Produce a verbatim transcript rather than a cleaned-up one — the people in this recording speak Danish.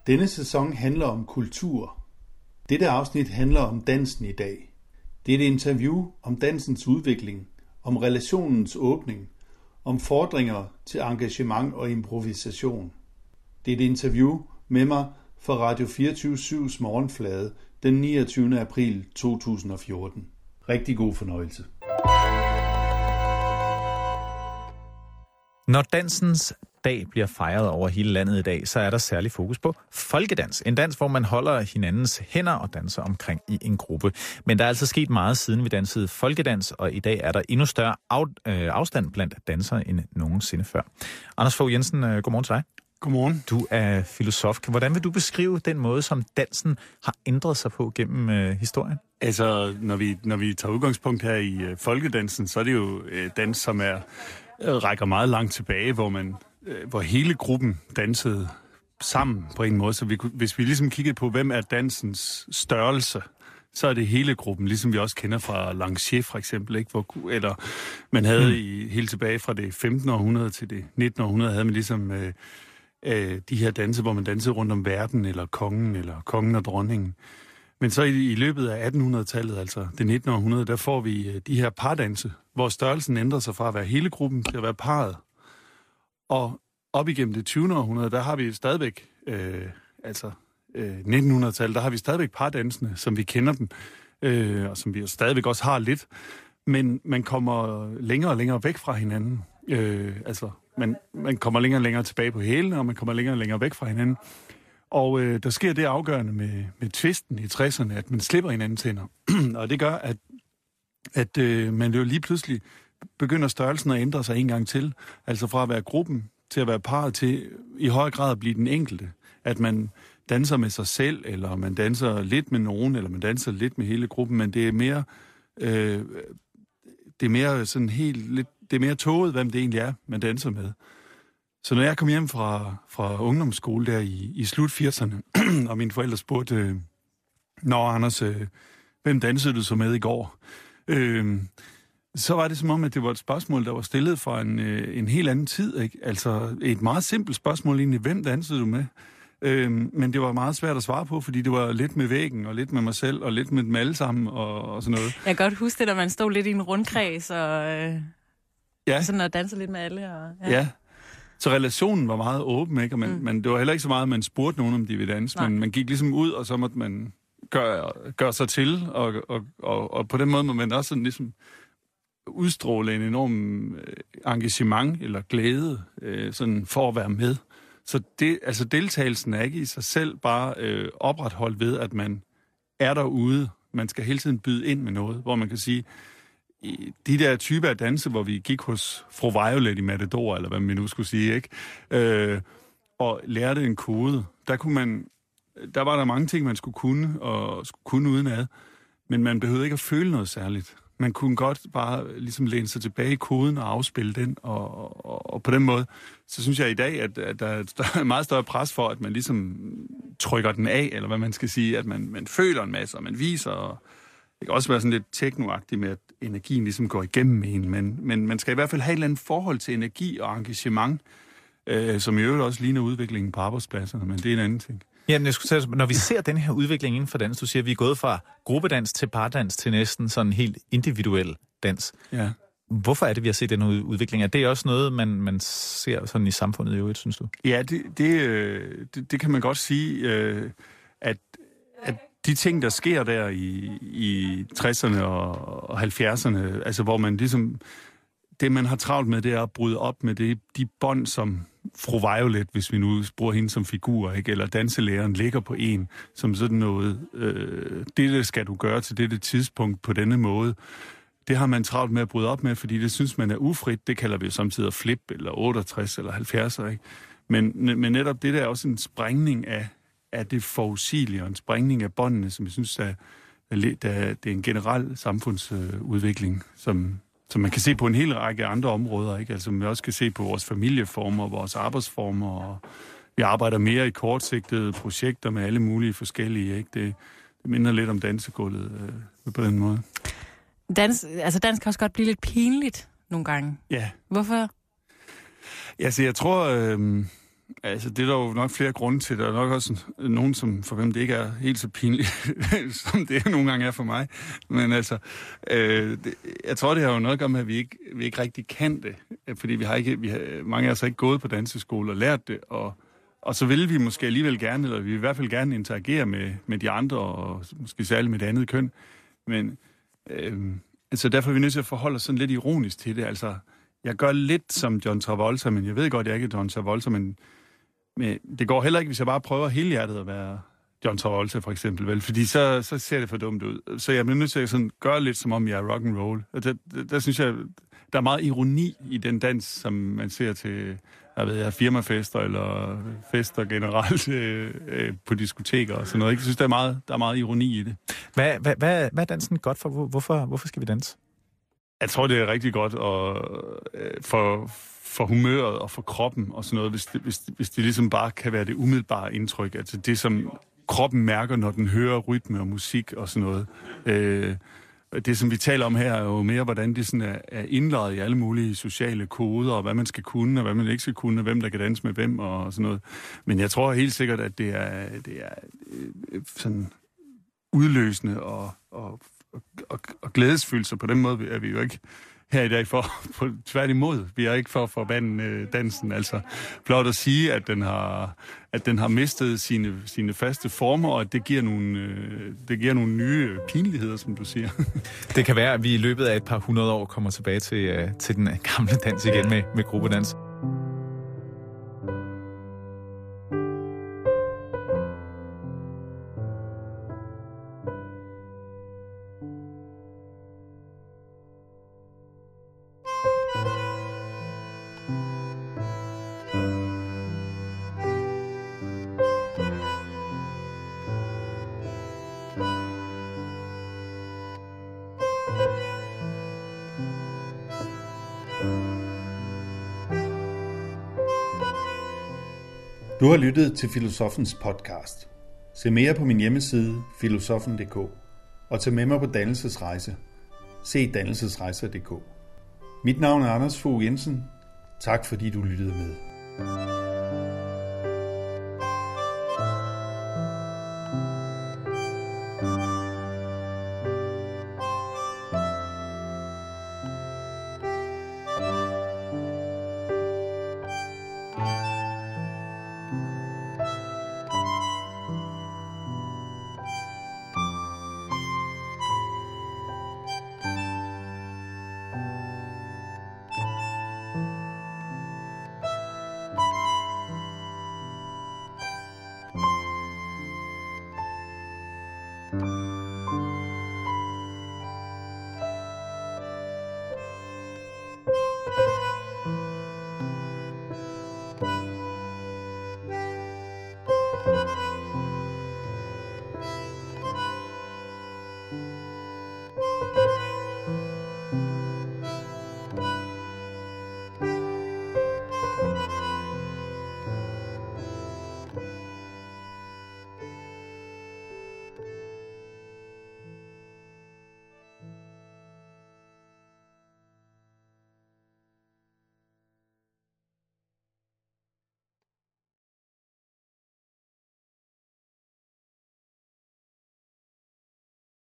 Denne sæson handler om kultur. Dette afsnit handler om dansen i dag. Det er et interview om dansens udvikling, om relationens åbning, om fordringer til engagement og improvisation. Det er et interview med mig fra Radio fireogtyve syvs morgenflade den niogtyvende april to tusind og fjorten. Rigtig god fornøjelse. Når dansens dag bliver fejret over hele landet i dag, så er der særlig fokus på folkedans. En dans, hvor man holder hinandens hænder og danser omkring i en gruppe. Men der er altså sket meget siden vi dansede folkedans, og i dag er der endnu større af, øh, afstand blandt dansere end nogensinde før. Anders Fogh Jensen, øh, godmorgen til dig. Godmorgen. Du er filosof. Hvordan vil du beskrive den måde, som dansen har ændret sig på gennem øh, historien? Altså, når vi, når vi tager udgangspunkt her i øh, folkedansen, så er det jo øh, dans, som er rækker meget langt tilbage, hvor man, øh, hvor hele gruppen dansede sammen på en måde. Så vi, hvis vi ligesom kiggede på, hvem er dansens størrelse, så er det hele gruppen, ligesom vi også kender fra Lancier for eksempel, ikke? Hvor, eller man havde mm. i, helt tilbage fra det femtende århundrede til det nittende århundrede, havde man ligesom øh, øh, de her danse, hvor man dansede rundt om verden, eller kongen, eller kongen og dronningen. Men så i, i løbet af attenhundredetallet, altså det nittende århundrede, der får vi øh, de her pardanse, hvor størrelsen ændrer sig fra at være hele gruppen til at være parret. Og op igennem det tyvende århundrede, der har vi stadigvæk, øh, altså øh, nittenhundredetallet, der har vi stadigvæk pardansene, som vi kender dem, øh, og som vi stadigvæk også har lidt. Men man kommer længere og længere væk fra hinanden. Øh, altså, man, man kommer længere og længere tilbage på hælene, og man kommer længere og længere væk fra hinanden. Og øh, der sker det afgørende med, med twisten i tresserne, at man slipper hinandens hænder. Og det gør, at, at øh, man jo lige pludselig begynder størrelsen at ændre sig en gang til. Altså fra at være gruppen til at være parret til i høj grad at blive den enkelte. At man danser med sig selv, eller man danser lidt med nogen, eller man danser lidt med hele gruppen. Men det er mere, øh, det er mere sådan helt lidt, det er mere tåget, hvem det egentlig er, man danser med. Så når jeg kom hjem fra, fra ungdomsskole der i, i slut firserne, og mine forældre spurgte, øh, Nå Anders, øh, hvem dansede du så med i går? Øh, så var det som om, at det var et spørgsmål, der var stillet fra en, øh, en helt anden tid. Ikke? Altså et meget simpelt spørgsmål egentlig, hvem dansede du med? Øh, men det var meget svært at svare på, fordi det var lidt med væggen, og lidt med mig selv, og lidt med dem alle sammen, og, og sådan noget. Jeg kan godt huske det, da man stod lidt i en rundkreds, og øh, ja. sådan at danse lidt med alle. Og, ja. ja. Så relationen var meget åben, ikke? Og man, mm. man, det var heller ikke så meget, at man spurgte nogen, om de ville danse, Nej. men man gik ligesom ud, og så måtte man gøre, gøre sig til, og, og, og, og på den måde må man også sådan ligesom udstråle en enorm engagement eller glæde øh, sådan for at være med. Så det, altså deltagelsen er ikke i sig selv bare øh, opretholdt ved, at man er derude. Man skal hele tiden byde ind med noget, hvor man kan sige, de der typer af danse, hvor vi gik hos fru Violet i Matador, eller hvad man nu skulle sige, ikke? Øh, og lærte en kode. Der kunne man, der var der mange ting, man skulle kunne, og skulle kunne udenad, men man behøvede ikke at føle noget særligt. Man kunne godt bare ligesom læne sig tilbage i koden og afspille den, og, og, og på den måde, så synes jeg i dag, at, at der er et meget større pres for, at man ligesom trykker den af, eller hvad man skal sige, at man, man føler en masse, og man viser, og det kan også være sådan lidt teknoagtigt med, at energien ligesom går igennem en, men, men man skal i hvert fald have et eller andet forhold til energi og engagement, øh, som i øvrigt også ligner udviklingen på arbejdspladserne, men det er en anden ting. Ja, men jeg skulle sige, når vi ser den her udvikling inden for dans, du siger, at vi er gået fra gruppedans til pardans til næsten sådan helt individuel dans. Ja. Hvorfor er det, vi har set den udvikling? Er det også noget, man, man ser sådan i samfundet i øvrigt, synes du? Ja, det, det, det, det kan man godt sige, at, at de ting, der sker der i, i tresserne og, og halvfjerdserne, altså hvor man ligesom, det man har travlt med, det er at bryde op med det, de bånd, som fru Violet, hvis vi nu bruger hende som figur, ikke? Eller danselæreren ligger på en, som sådan noget, øh, det skal du gøre til dette tidspunkt på denne måde. Det har man travlt med at bryde op med, fordi det synes man er ufrit. Det kalder vi jo samtidig flip, eller otteogtres, eller halvfjerdser, ikke? Men, men netop det der er også en sprængning af, af det forudsigelige, og en sprængning af båndene, som jeg synes, er, er, det er en generel samfundsudvikling, som, som man kan se på en hel række andre områder, ikke? Altså man også kan se på vores familieformer, vores arbejdsformer, og vi arbejder mere i kortsigtede projekter med alle mulige forskellige, ikke? Det, det minder lidt om dansegulvet øh, på den måde. Dans, altså dans kan også godt blive lidt pinligt nogle gange. Ja. Hvorfor? Ja, så jeg tror, øh, Altså, det er der jo nok flere grunde til. Der er nok også nogen, som, for hvem det ikke er helt så pinligt, som det nogle gange er for mig. Men altså, øh, det, jeg tror, det har jo noget at gøre med, at vi ikke, vi ikke rigtig kan det. Fordi vi har ikke, vi har, mange af os har ikke gået på danseskole og lært det, og, og så vil vi måske alligevel gerne, eller vi vil i hvert fald gerne interagere med, med de andre, og måske særligt med det andet køn. Men øh, altså, derfor er vi nødt til at forholde os sådan lidt ironisk til det. Altså, jeg gør lidt som John Travolta, men jeg ved godt, jeg ikke er John Travolta, men Men det går heller ikke, hvis jeg bare prøver helhjertet at være John Travolta, for eksempel, vel? Fordi så, så ser det for dumt ud. Så jeg bliver nødt til at sådan gøre lidt, som om jeg er rock and roll. Og der, der, der synes jeg, der er meget ironi i den dans, som man ser til, jeg ved jeg, firmafester eller fester generelt øh, øh, på diskoteker og sådan noget. Jeg synes, der er meget, der er meget ironi i det. Hvad, hvad, hvad, hvad er dansen godt for? Hvorfor, hvorfor skal vi danse? Jeg tror, det er rigtig godt og, øh, for... for humøret og for kroppen og sådan noget, hvis det, hvis, hvis det ligesom bare kan være det umiddelbare indtryk. Altså det, som kroppen mærker, når den hører rytme og musik og sådan noget. Øh, det, som vi taler om her, er jo mere, hvordan det sådan er, er indlejret i alle mulige sociale koder, og hvad man skal kunne, og hvad man ikke skal kunne, og hvem der kan danse med hvem og sådan noget. Men jeg tror helt sikkert, at det er, det er øh, sådan udløsende og, og, og, og glædesfyldt, så på den måde er vi jo ikke her i dag for, på, tværtimod, vi er ikke for at forbande øh, dansen. Altså, blot at sige, at den har, at den har mistet sine, sine faste former, og at det giver nogle, øh, det giver nogle nye pinligheder, som du siger. Det kan være, at vi i løbet af et par hundrede år kommer tilbage til, øh, til den gamle dans igen med, med gruppedans. Du har lyttet til Filosofens podcast. Se mere på min hjemmeside filosofen punktum d k og tag med mig på dannelsesrejse. Se dannelsesrejser punktum d k. Mit navn er Anders Fogh Jensen. Tak fordi du lyttede med.